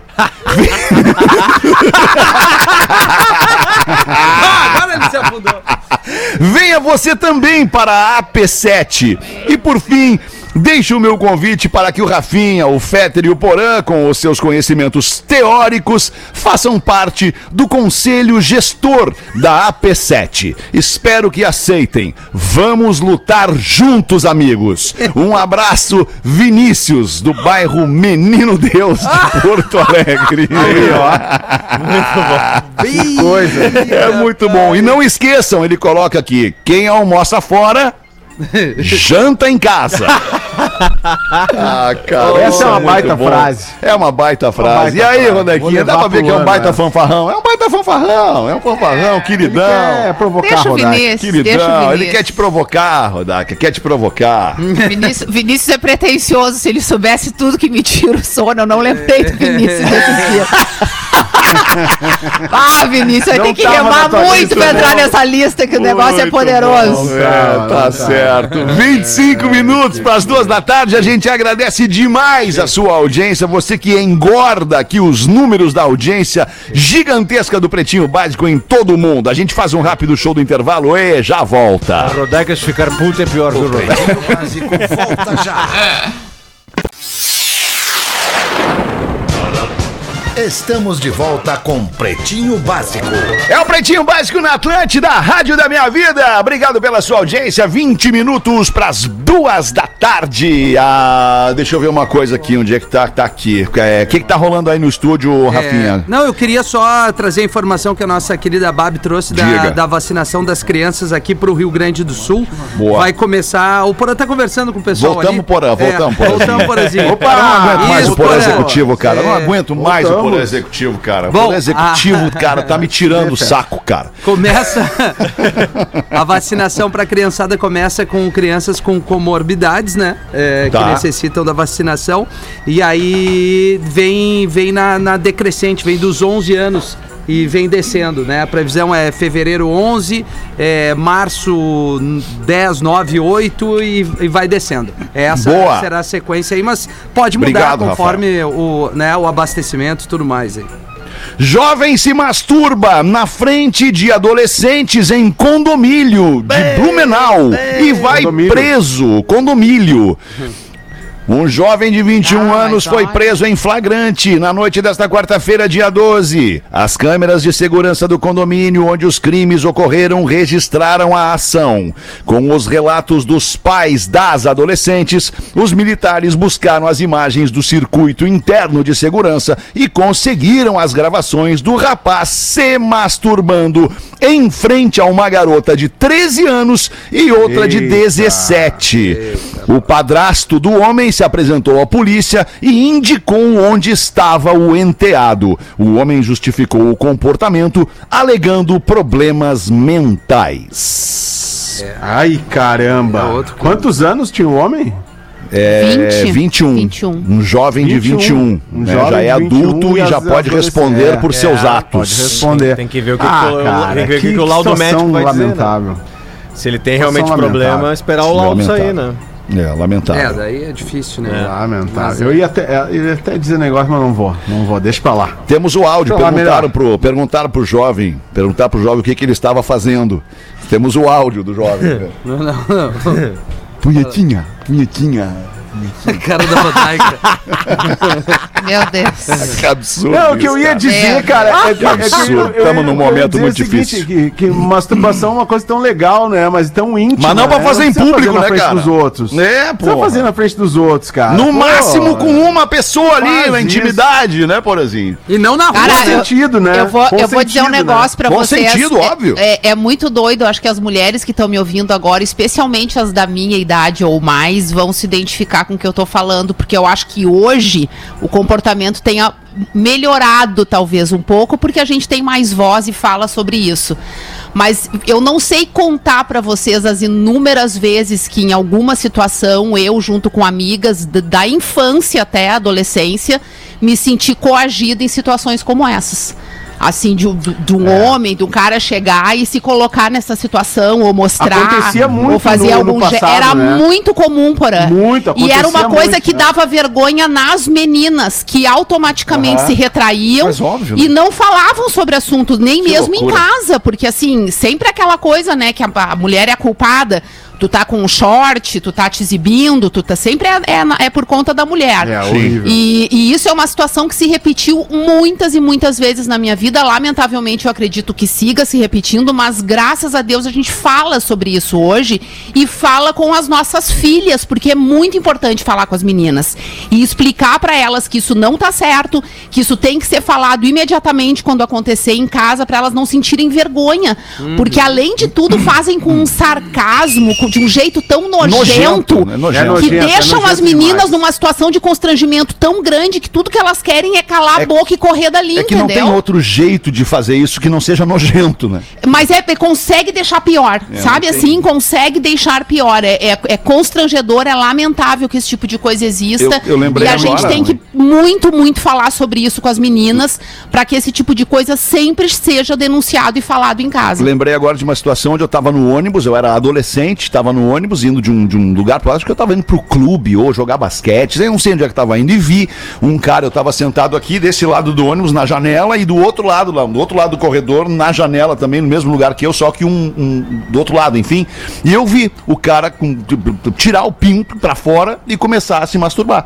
Agora ele se afundou. Venha você também para a AP7. E por fim, deixo o meu convite para que o Rafinha, o Fetter e o Porã, com os seus conhecimentos teóricos, façam parte do conselho gestor da AP7. Espero que aceitem. Vamos lutar juntos, amigos. Um abraço, Vinícius, do bairro Menino Deus de Porto Alegre. Aí, ó. Muito bom. Que coisa. É muito bom. E não esqueçam, ele coloca aqui: quem almoça fora, janta em casa. Ah, cara, essa é uma baita bom. frase. É uma baita frase. E aí, Rodequinha, dá pra ver que é um baita fanfarrão? É um baita fanfarrão, é um fanfarrão, queridão. É provocar, Deixa o Rodaica. Vinícius, Queridão, ele quer te provocar, Rodaca, quer te provocar. Vinícius é pretencioso. Se ele soubesse tudo que me tira o sono, eu não lembrei do Vinícius desse dia. Ah, Vinícius, vai ter que remar muito pra entrar nessa lista, que o negócio é poderoso. Tá certo. 25 minutos para as 2 da tarde. A gente agradece demais a sua audiência. Você que engorda aqui os números da audiência gigantesca do Pretinho Básico em todo o mundo. A gente faz um rápido show do intervalo e já volta. Rodaica, se ficar puto é pior, viu, Rodaica? Pretinho Básico volta já. Estamos de volta com Pretinho Básico. É o Pretinho Básico na Atlântida, Rádio da Minha Vida. Obrigado pela sua audiência. 20 minutos para as 2 14h. Deixa eu ver uma coisa aqui, onde é que tá aqui. O que tá rolando aí no estúdio, Rafinha? Não, eu queria só trazer a informação que a nossa querida Babi trouxe da vacinação das crianças aqui pro Rio Grande do Sul. Boa. Vai começar, o Porã tá conversando com o pessoal voltamos, ali. Porã. Voltamos, Porãzinho. Opa, eu não aguento mais o Porã Executivo, cara. Eu não aguento mais o Porã Executivo, cara. O Porã Executivo, cara, tá me tirando o saco, cara. Começa... A vacinação pra criançada começa com crianças com comorbidades, né? Que necessitam da vacinação. E aí vem na decrescente, vem dos 11 anos e vem descendo, né? A previsão é fevereiro 11, março 10, 9, 8 e vai descendo. Essa será a sequência aí, mas pode mudar conforme o abastecimento e tudo mais aí. Jovem se masturba na frente de adolescentes em condomínio de Blumenau e vai preso. Condomínio. Um jovem de 21 anos foi preso em flagrante na noite desta quarta-feira, dia 12. As câmeras de segurança do condomínio onde os crimes ocorreram registraram a ação. Com os relatos dos pais das adolescentes, os militares buscaram as imagens do circuito interno de segurança e conseguiram as gravações do rapaz se masturbando em frente a uma garota de 13 anos e outra de 17. O padrasto do homem se apresentou à polícia e indicou onde estava o enteado. O homem justificou o comportamento, alegando problemas mentais. Ai, caramba. Quantos anos tinha o homem? 21. Um jovem de 21. Já é adulto e já pode responder por seus atos. Pode responder. Tem que ver o que o laudo médico vai lamentável. dizer, né? Se ele tem realmente problema, esperar o laudo sair, né? Lamentável. Daí é difícil, né? Lamentável. Eu ia até dizer negócio, mas não vou, deixa pra lá. Temos o áudio, perguntaram pro jovem o que ele estava fazendo. Temos o áudio do jovem. Não. Punhetinha. Cara da bodaica. Meu Deus. Que absurdo. Não, o que eu ia dizer, cara, é que absurdo. Estamos num momento muito difícil. Que masturbação é uma coisa tão legal, né? Mas tão íntima. Mas não pra fazer em público, né, cara? Dos outros. Pô. Não fazer na frente dos outros, cara. No máximo com uma pessoa ali, na intimidade, né, Porazinho? E não na rua. Cara, sentido, né? Eu vou dizer um negócio pra vocês. Com sentido, óbvio. É muito doido. Acho que as mulheres que estão me ouvindo agora, especialmente as da minha idade ou mais, vão se identificar com o que eu tô falando, porque eu acho que hoje o comportamento tenha melhorado talvez um pouco, porque a gente tem mais voz e fala sobre isso. Mas eu não sei contar pra vocês as inúmeras vezes que em alguma situação, eu junto com amigas da infância até a adolescência, me senti coagida em situações como essas. Assim, de um homem, de um cara chegar e se colocar nessa situação, ou mostrar, acontecia muito ou fazer algum passado, era né? muito comum, Porã. E era uma coisa que dava vergonha nas meninas, que automaticamente se retraíam e não falavam sobre assunto, nem mesmo em casa, porque assim, sempre aquela coisa, né, que a mulher é a culpada. Tu tá com um short, tu tá te exibindo, tu tá sempre é por conta da mulher. É horrível. E isso é uma situação que se repetiu muitas e muitas vezes na minha vida. Lamentavelmente, eu acredito que siga se repetindo, mas graças a Deus a gente fala sobre isso hoje e fala com as nossas filhas, porque é muito importante falar com as meninas e explicar pra elas que isso não tá certo, que isso tem que ser falado imediatamente quando acontecer em casa, pra elas não sentirem vergonha, porque além de tudo fazem com um sarcasmo, de um jeito tão nojento, que deixam as meninas numa situação de constrangimento tão grande que tudo que elas querem é calar a boca e correr dali, que não tem outro jeito de fazer isso que não seja nojento, né? Mas consegue deixar pior, sabe assim? Consegue deixar pior. É constrangedor, é lamentável que esse tipo de coisa exista. Eu lembrei agora, gente tem que muito falar sobre isso com as meninas, para que esse tipo de coisa sempre seja denunciado e falado em casa. Lembrei agora de uma situação onde eu tava no ônibus, eu era adolescente, tava no ônibus indo de um lugar pro outro, acho que eu tava indo pro clube ou jogar basquete, eu não sei onde é que tava indo, e vi um cara, eu tava sentado aqui desse lado do ônibus na janela e do outro lado do corredor na janela também, no mesmo lugar que eu, só que do outro lado, enfim, e eu vi o cara tirar o pinto pra fora e começar a se masturbar.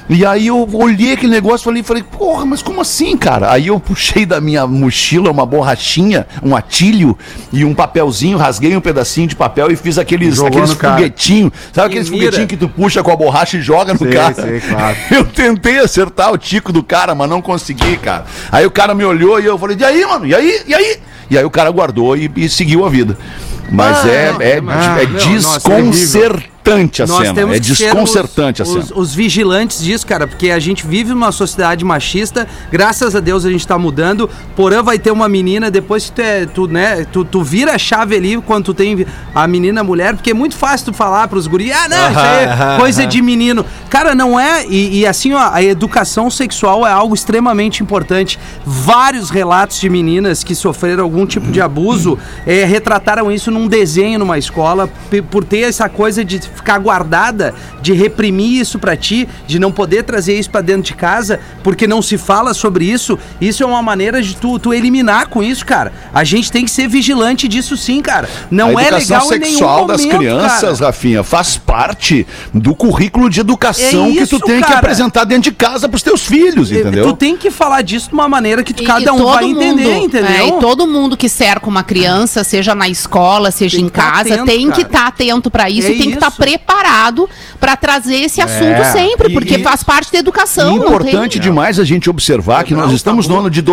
E aí eu olhei aquele negócio e falei, porra, mas como assim, cara? Aí eu puxei da minha mochila uma borrachinha, um atilho e um papelzinho, rasguei um pedacinho de papel e fiz aqueles foguetinhos. Sabe aqueles foguetinhos que tu puxa com a borracha e joga no cara? Sei, claro. Eu tentei acertar o tico do cara, mas não consegui, cara. Aí o cara me olhou e eu falei, e aí, mano? E aí? E aí o cara guardou e seguiu a vida. Mas é desconcertante a cena. É desconcertante a cena. Os vigilantes disso, cara, porque a gente vive numa sociedade machista, graças a Deus a gente tá mudando. Porã vai ter uma menina, depois tu vira a chave ali quando tu tem a menina, a mulher, porque é muito fácil tu falar pros guris, isso aí é coisa de menino. Cara, não é, e assim, ó, a educação sexual é algo extremamente importante. Vários relatos de meninas que sofreram algum tipo de abuso retrataram isso num desenho numa escola, por ter essa coisa de ficar guardada, de reprimir isso pra ti, de não poder trazer isso pra dentro de casa, porque não se fala sobre isso. Isso é uma maneira de tu eliminar com isso, cara. A gente tem que ser vigilante disso sim, cara. Não é legal em nenhum momento, a educação sexual das crianças, cara. Rafinha, faz parte do currículo de educação que tu tem que apresentar dentro de casa pros teus filhos, entendeu? Tu tem que falar disso de uma maneira que cada um vai entender, entendeu? E todo mundo que cerca uma criança, seja na escola, seja em casa, tem que estar atento pra isso e tem que estar preparado para trazer esse assunto sempre, porque faz parte da educação. É importante demais a gente observar que nós estamos no ano de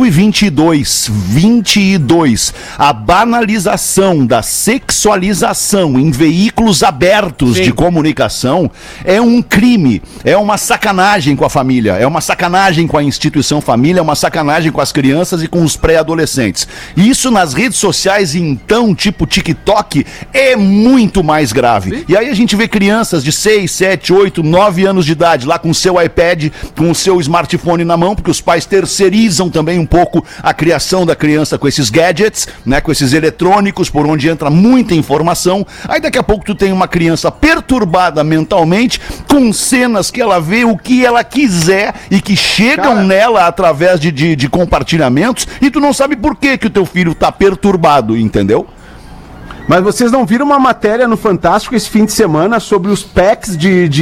2022, a banalização da sexualização em veículos abertos de comunicação é um crime, é uma sacanagem com a família, é uma sacanagem com a instituição família, é uma sacanagem com as crianças e com os pré-adolescentes. Isso nas redes sociais, então, tipo TikTok, é muito mais grave. Sim. E aí a gente vê crianças de 6, 7, 8, 9 anos de idade lá com o seu iPad, com o seu smartphone na mão, porque os pais terceirizam também um pouco a criação da criança com esses gadgets, né, com esses eletrônicos, por onde entra muita informação. Aí daqui a pouco tu tem uma criança perturbada mentalmente, com cenas que ela vê o que ela quiser e que chegam nela através de compartilhamentos, e tu não sabe por que o teu filho tá perturbado, entendeu? Mas vocês não viram uma matéria no Fantástico esse fim de semana sobre os packs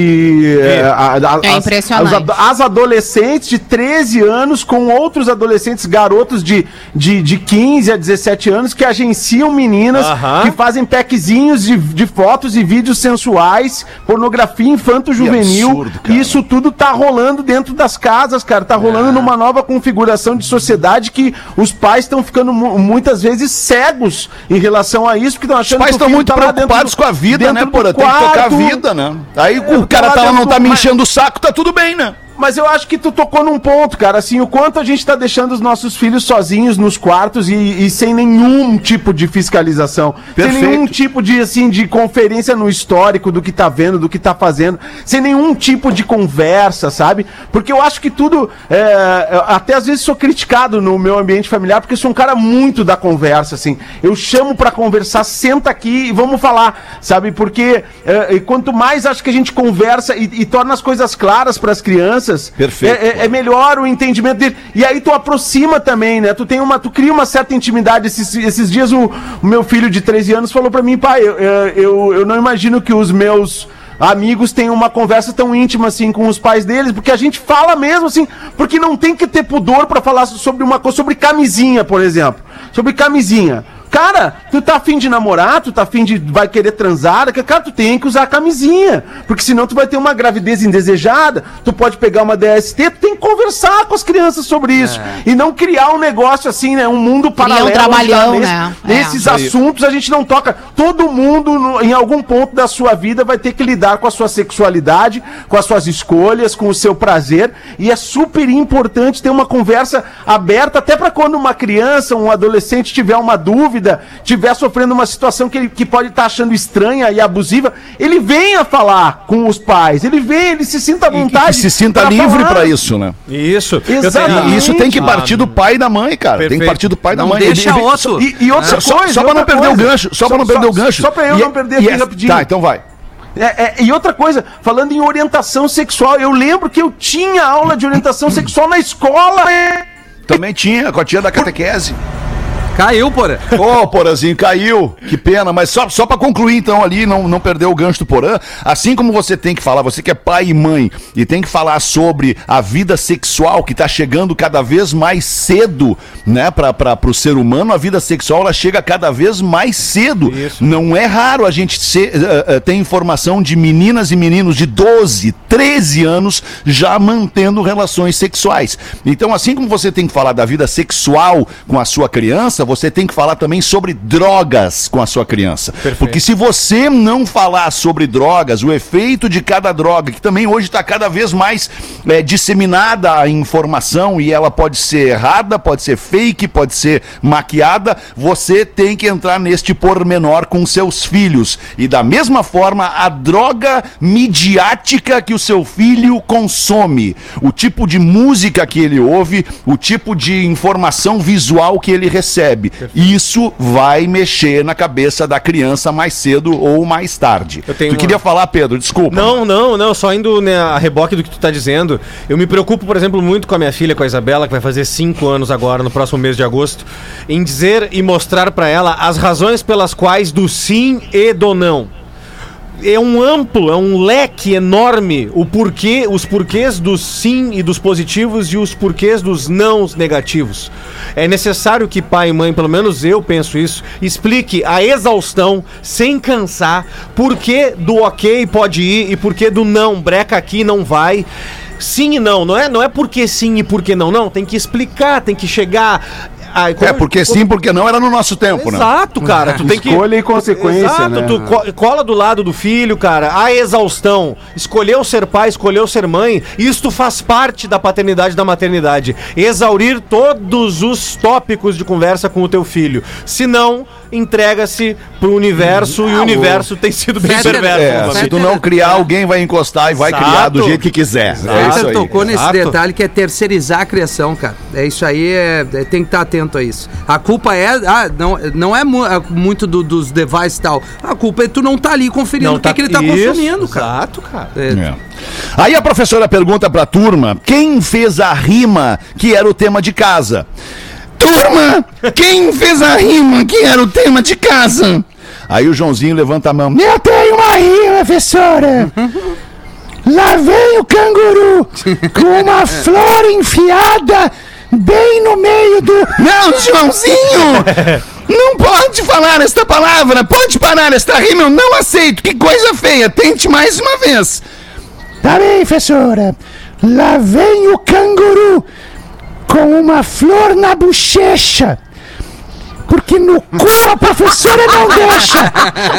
impressionante. As adolescentes de 13 anos com outros adolescentes, garotos de 15 a 17 anos que agenciam meninas, que fazem packzinhos de fotos e vídeos sensuais, pornografia infanto-juvenil. Isso tudo tá rolando dentro das casas, cara. Tá rolando numa nova configuração de sociedade que os pais estão ficando muitas vezes cegos em relação a isso, porque os pais estão muito preocupados com a vida, né, porra? Tem que tocar a vida, né? Aí o cara não tá me enchendo o saco, tá tudo bem, né? Mas eu acho que tu tocou num ponto, cara, assim, o quanto a gente tá deixando os nossos filhos sozinhos nos quartos e sem nenhum tipo de fiscalização. Perfeito. Sem nenhum tipo de, assim, de conferência no histórico do que tá vendo, do que tá fazendo, sem nenhum tipo de conversa, sabe? Porque eu acho que tudo, até às vezes sou criticado no meu ambiente familiar, porque sou um cara muito da conversa, assim. Eu chamo pra conversar, senta aqui e vamos falar, sabe? Porque quanto mais acho que a gente conversa e torna as coisas claras pras crianças, é melhor o entendimento dele. E aí tu aproxima também, né? Tu cria uma certa intimidade. Esses dias o meu filho de 13 anos falou pra mim, pai, eu não imagino que os meus amigos tenham uma conversa tão íntima assim com os pais deles, porque a gente fala mesmo assim, porque não tem que ter pudor pra falar sobre uma coisa, sobre camisinha, por exemplo. Sobre camisinha. Cara, tu tá afim de namorar, tu tá afim de vai querer transar, cara, tu tem que usar a camisinha, porque senão tu vai ter uma gravidez indesejada, tu pode pegar uma DST, tu tem que conversar com as crianças sobre isso, e não criar um negócio assim, né, um mundo paralelo. Um trabalhão, né? Nesses assuntos a gente não toca, todo mundo em algum ponto da sua vida vai ter que lidar com a sua sexualidade, com as suas escolhas, com o seu prazer, e é super importante ter uma conversa aberta, até para quando uma criança, um adolescente tiver uma dúvida, estiver sofrendo uma situação que pode estar achando estranha e abusiva, ele venha falar com os pais, ele se sinta à vontade. Se sinta livre para isso, né? Isso. Exatamente. Isso tem que partir do pai e da mãe, cara. Perfeito. Tem que partir do pai e da mãe. Deixa outro. E outra coisa. Só para não perder o gancho. Só para não perder o gancho. Só para eu não perder aqui rapidinho. Tá, então vai. E outra coisa, falando em orientação sexual, eu lembro que eu tinha aula de orientação sexual na escola. Também tinha, com a tia da catequese. Caiu, Porã. Ô, Porãzinho, caiu. Que pena, mas só pra concluir, então, ali, não perder o gancho do Porã, assim como você tem que falar, você que é pai e mãe, e tem que falar sobre a vida sexual que tá chegando cada vez mais cedo, né, pro ser humano, a vida sexual, ela chega cada vez mais cedo. Isso. Não é raro a gente ter informação de meninas e meninos de 12, 13 anos já mantendo relações sexuais. Então, assim como você tem que falar da vida sexual com a sua criança, você tem que falar também sobre drogas com a sua criança. Perfeito. Porque se você não falar sobre drogas, o efeito de cada droga, que também hoje está cada vez mais disseminada a informação, e ela pode ser errada, pode ser fake, pode ser maquiada, você tem que entrar neste pormenor com seus filhos. E da mesma forma, a droga midiática que o seu filho consome, o tipo de música que ele ouve, o tipo de informação visual que ele recebe. Isso vai mexer na cabeça da criança mais cedo ou mais tarde. Tu queria falar, Pedro? Desculpa. Não, só indo, né, a reboque do que tu tá dizendo. Eu me preocupo, por exemplo, muito com a minha filha, com a Isabela, que vai fazer 5 anos agora, no próximo mês de agosto, em dizer e mostrar pra ela as razões pelas quais do sim e do não. É um leque enorme os porquês dos sim e dos positivos e os porquês dos nãos negativos. É necessário que pai e mãe, pelo menos eu penso isso, explique a exaustão, sem cansar, por que do ok pode ir e por que do não, breca aqui, não vai. Sim e não é porque sim e porque não, tem que explicar, tem que chegar... porque sim, porque não, era no nosso tempo, né? Exato, cara. Tu tem que... Escolha e consequência, exato, né? Tu cola do lado do filho, cara. A exaustão. Escolheu ser pai, escolheu ser mãe. Isto faz parte da paternidade e da maternidade. Exaurir todos os tópicos de conversa com o teu filho. Se não, entrega-se pro universo e o universo tem sido bem perverso. Se tu não criar, alguém vai encostar e vai criar do jeito que quiser. Você tocou nesse detalhe que é terceirizar a criação, cara. É isso aí, tem que estar atento a isso. A culpa não é muito dos devices e tal. A culpa é tu não tá ali conferindo o que ele tá consumindo, cara. Exato, cara. Aí a professora pergunta pra turma quem fez a rima que era o tema de casa. Turma, quem fez a rima que era o tema de casa? Aí o Joãozinho levanta a mão. Eu tenho uma rima, professora. Lá vem o canguru com uma flor enfiada bem no meio do... Não, Joãozinho! Não pode falar esta palavra! Pode parar esta rima, eu não aceito! Que coisa feia! Tente mais uma vez! Tá bem, professora! Lá vem o canguru com uma flor na bochecha! Porque no cu a professora não deixa!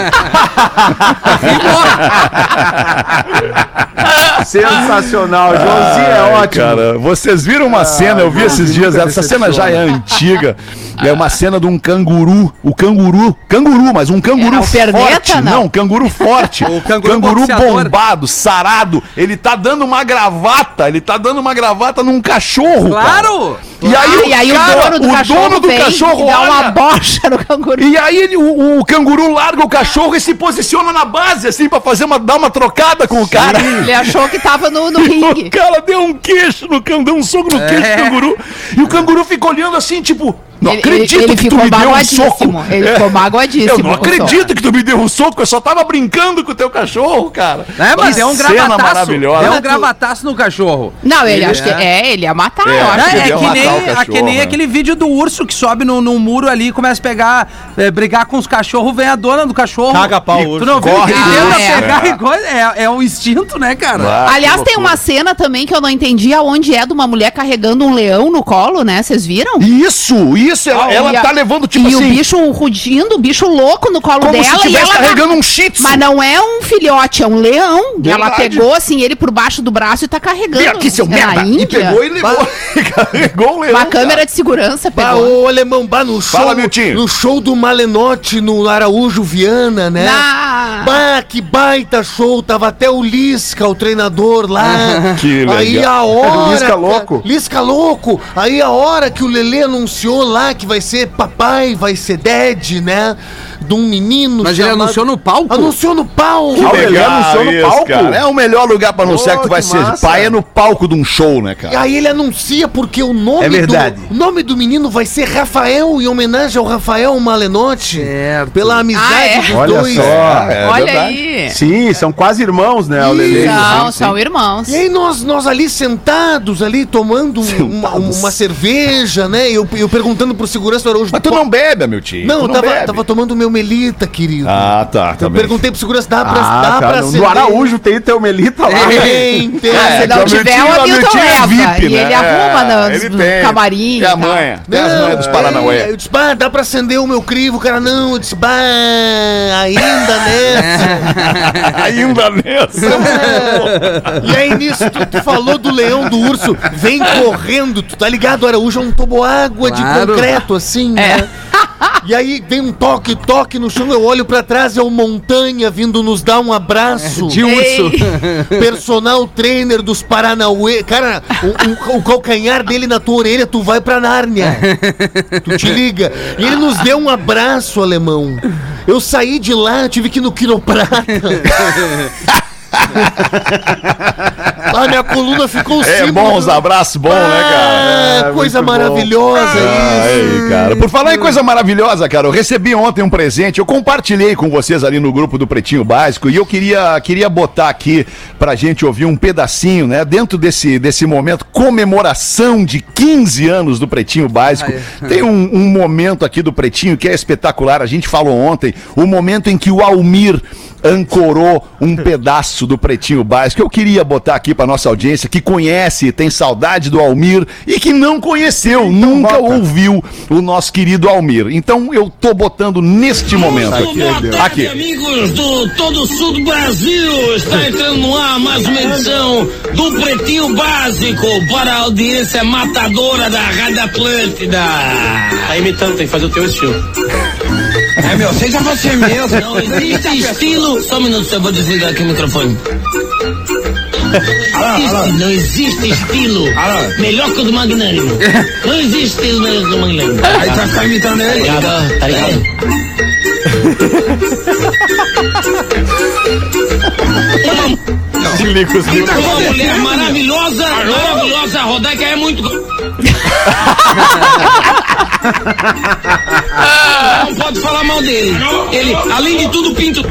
Sensacional, Joãozinho é ótimo. Cara, vocês viram uma cena, eu vi esses dias, essa cena já é antiga. É uma cena de um canguru, mas um canguru forte. Não, canguru forte. O canguru bombado, sarado. Ele tá dando uma gravata num cachorro. Claro! Cara. E aí, o dono do cachorro dá uma bocha no canguru. E aí o canguru larga o cachorro e se posiciona na base, assim, pra dar uma trocada com o cara. Ele achou que tava no ringue. O cara deu um queixo no canguru, deu um soco no queixo do canguru. E o canguru fica olhando assim, tipo... Não acredito que tu me deu um soco. Ele ficou magoadíssimo. Eu não acredito que tu me deu um soco. Eu só tava brincando com o teu cachorro, cara. Mas é um gravataço. Maravilhosa. É um gravataço no cachorro. Não, ele acho que ele ia matar. Eu acho que nem aquele vídeo do urso que sobe no muro ali e começa a pegar, brigar com os cachorros. Vem a dona do cachorro. Caga pau, urso. Tu não viu? Ele tenta pegar e coisa. É um instinto, né, cara? Aliás, tem uma cena também que eu não entendi aonde é de uma mulher carregando um leão no colo, né? Vocês viram? Isso, ela tá levando tipo assim... E o bicho rugindo, o bicho louco no colo como dela. Se e ela carregando um shih tzu. Mas não é um filhote, é um leão. Verdade. Ela pegou assim, ele por baixo do braço e tá carregando. Vem aqui, seu merda! E pegou e levou. Carregou o leão. Uma câmera de segurança pegou. Ô, alemão, no show... Fala, no show do Malenotti, no Araújo Viana, né? Que baita show. Tava até o Lisca, o treinador lá. Que legal. Aí a hora... Lisca louco. Aí a hora que o Lelê anunciou lá que vai ser papai, vai ser dad, né? de um menino. Mas ele anunciou no palco? Anunciou no palco. Que legal anunciou no isso, palco? cara. É o melhor lugar pra anunciar que tu vai ser massa. pai, é no palco de um show, né, E cara? aí ele anuncia porque o nome, É verdade. o nome do menino vai ser Rafael, em homenagem ao Rafael Malenotti. Certo. Pela amizade dos Olha dois. só. Olha verdade. aí. Sim, são quase irmãos, né? O Lelê. São irmãos. E aí nós ali sentados, ali tomando uma cerveja, né? Eu perguntando pro segurança do Araújo. Mas tu não bebe, meu tio. Não, tu eu bebe. tava tomando meu Melita, querido. Ah, tá Eu bem. perguntei pro segurança, dá pra No acender? Araújo tem teu Melita lá. Tem. Se não tiver, o Hamilton leva. E ele arruma no camarim. É a manha. Tem as manhas dos Paranauê. Eu disse, dá pra acender o meu crivo, cara. Não, eu disse, ainda nessa. Ainda nessa. E aí nisso, tu falou do leão, do urso, vem correndo, tu tá ligado? O Araújo é um toboágua de Claro. concreto, assim, né? E aí vem um toque no chão, eu olho pra trás, é o Montanha vindo nos dar um abraço. De urso. Personal trainer dos Paranauê. Cara, o calcanhar dele na tua orelha, tu vai pra Nárnia. Tu te liga. E ele nos deu um abraço, alemão. Eu saí de lá, tive que ir no quiroprata. Minha coluna ficou Bom, os abraços bons, né, cara? Coisa muito maravilhosa isso. Aí, cara. Por falar em coisa maravilhosa, cara, eu recebi ontem um presente, eu compartilhei com vocês ali no grupo do Pretinho Básico e eu queria botar aqui pra gente ouvir um pedacinho, né, dentro desse momento, comemoração de 15 anos do Pretinho Básico. Tem um momento aqui do Pretinho que é espetacular, a gente falou ontem, o momento em que o Almir ancorou um pedaço do Pretinho Básico. Eu queria botar aqui pra nossa audiência que conhece, tem saudade do Almir e que não conheceu, nunca ouviu o nosso querido Almir. Então eu tô botando neste momento aqui. Boa tarde, Aqui. amigos do todo o sul do Brasil. Está entrando no ar mais uma edição do Pretinho Básico para a audiência matadora da Rádio Atlântida. Tá imitando, tem que fazer o teu estilo. Seja você mesmo. Não existe estilo. Só um minuto, eu vou desligar aqui o microfone. Não existe estilo melhor que o do Magnânimo. Não existe estilo melhor que o do Magnânimo. Aí tá ficar imitando ele. Tá ligado? Uma mulher maravilhosa, a Rodaica é muito. Não pode falar mal dele. Ele, além de tudo, pinto.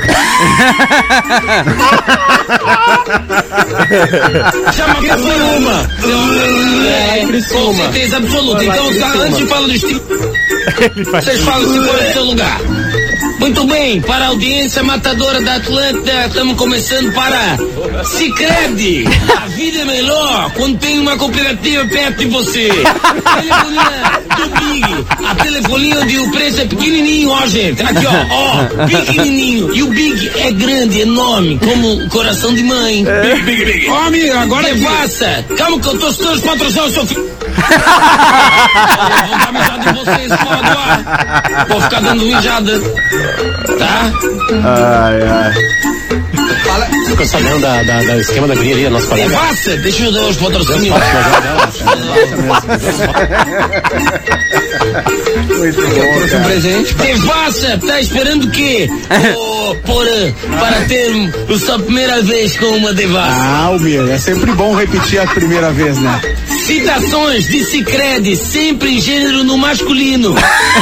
Chama Criciúma. Com certeza absoluta. Então, antes de falar do estilo, vocês falam se for no seu lugar. Muito bem, para a audiência matadora da Atlântida, estamos começando para Sicredi. A vida é melhor quando tem uma cooperativa perto de você. Telefonia do Big. A telefonia onde o preço é pequenininho, ó, gente. Aqui, ó, pequenininho. E o Big é grande, enorme, como um coração de mãe. Big. Ó, amigo, agora é passa. Calma que eu tô todos patrocinando o seu filho. Vou dar mijada em vocês fora do ar. Vou ficar dando mijada. Tá? Ai. Ficou sabendo da esquema da guria ali, a nossa colega. Devassa, deixa eu dar os patrocínios. Muito bom, cara. Presente. Devassa, tá esperando o quê? Porã, para ter a sua primeira vez com uma devassa. Almir, é sempre bom repetir a primeira vez, né? Citações de Sicredi, sempre em gênero no masculino.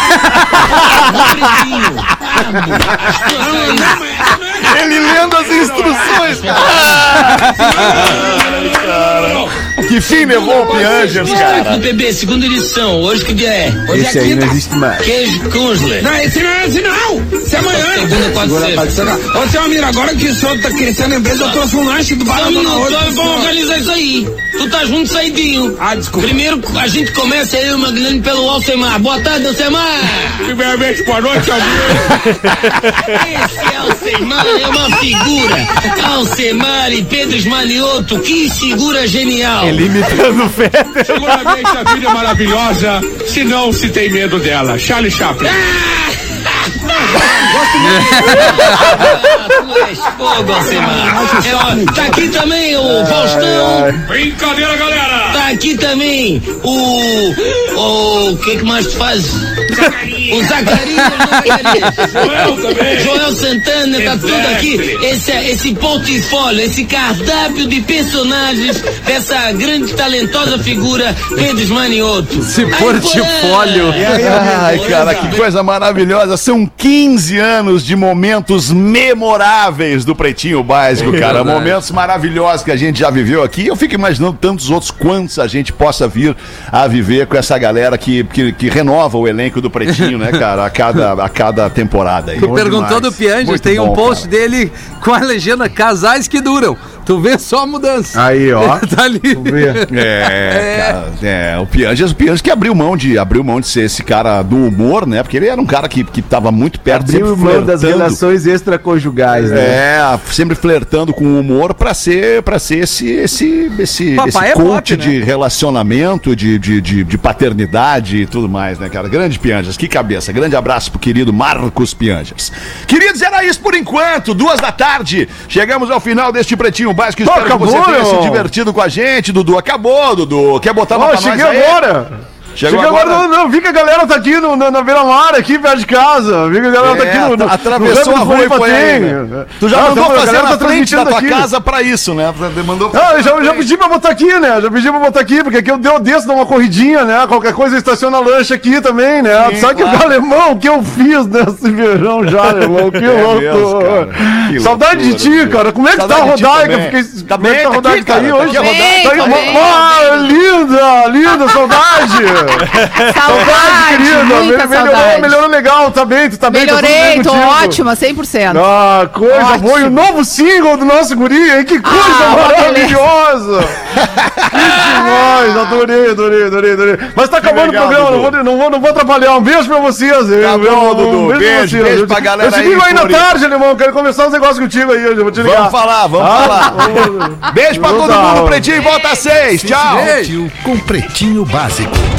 Ele lendo as instruções, cara. Que fim levou o Piangers, cara. do PB, segunda edição. Hoje que dia é? Hoje Esse é aí quinta. não existe mais. Queijo Kunzler. Não, esse não é esse não! Esse é amanhã! Ô, seu Almir, agora que o senhor tá crescendo a empresa, eu trouxe um lanche do bar. Vamos organizar isso aí. Tu tá junto saidinho. Ah, desculpa. Primeiro a gente começa aí o Magnânimo pelo Alcemar. Boa tarde, Alcemar. Primeiramente, boa noite, Almir. Esse Alcemar é uma figura. Alcemar e Pedro Esmanioto, que figura genial. Imitando o Fetter. Seguramente a vida é maravilhosa, se não se tem medo dela. Charlie Chaplin. Tu és fogo, Alcemar. Tá aqui também o Faustão. Brincadeira, galera. Tá aqui também o que mais tu faz? O Zacarias, Joel Santana, tá tudo aqui. Esse portfólio, esse cardápio de personagens dessa grande talentosa figura Pedro Manioto. Esse portfólio. Ai, cara, que coisa maravilhosa. São 15 anos de momentos memoráveis do Pretinho Básico, cara. Momentos maravilhosos que a gente já viveu aqui. Eu fico imaginando tantos outros quantos a gente possa vir a viver com essa galera que renova o elenco do Pretinho, né, cara, a cada temporada. Aí. Tu perguntou do Pianges, tem um post dele com a legenda Casais que Duram. Tu vê só a mudança. Aí, ó. Tá ali. Cara, o Pianges que abriu mão de ser esse cara do humor, né? Porque ele era um cara que tava muito perto, abriu mão das relações extraconjugais, né? Sempre flertando com o humor pra ser esse coach de relacionamento, de paternidade e tudo mais, né, cara? Grande Pianges, que cabeça. Grande abraço pro querido Marcos Pianges. Queridos, era isso por enquanto. 2h. Chegamos ao final deste Pretinho Básico. Espero que você tenha se divertido com a gente, Dudu. Acabou, Dudu. Quer botar uma pra nós aí? Cheguei agora. Cheguei agora, não, vi que a galera tá aqui na beira-mar, aqui perto de casa. Vi que a galera tá aqui atravessou a rua e foi aí, né? Tu já mandou fazer na frente da tua aqui. casa pra isso, né? Mandou já pedi pra botar aqui, né? Porque aqui eu desço, dar uma corridinha, né? Qualquer coisa estaciona lanche aqui também, né? Sim, sabe claro. Que o alemão, que eu fiz nesse verão já, alemão, que louco. Saudade de ti, cara. Como é que tá a Rodaica? Tá bem, a Rodaica tá aí hoje? Linda, saudade. Saudade, querida. Melhorou legal, tá bem? Tu tá bem? Melhorei, tô ótima, 100%. Ah, coisa boa. E o novo single do nosso guri, hein? Que coisa maravilhosa. Que demais, adorei. Mas tá acabando o programa, não vou atrapalhar. Um beijo pra vocês. Tá bom, Dudu. Beijo pra galera aí. Eu te ligo aí na tarde, alemão. Quero conversar uns negócios contigo aí. Eu vou te ligar. Vamos falar. Beijo pra todo mundo. Pretinho, volta às 6. Tchau. Com Pretinho Básico.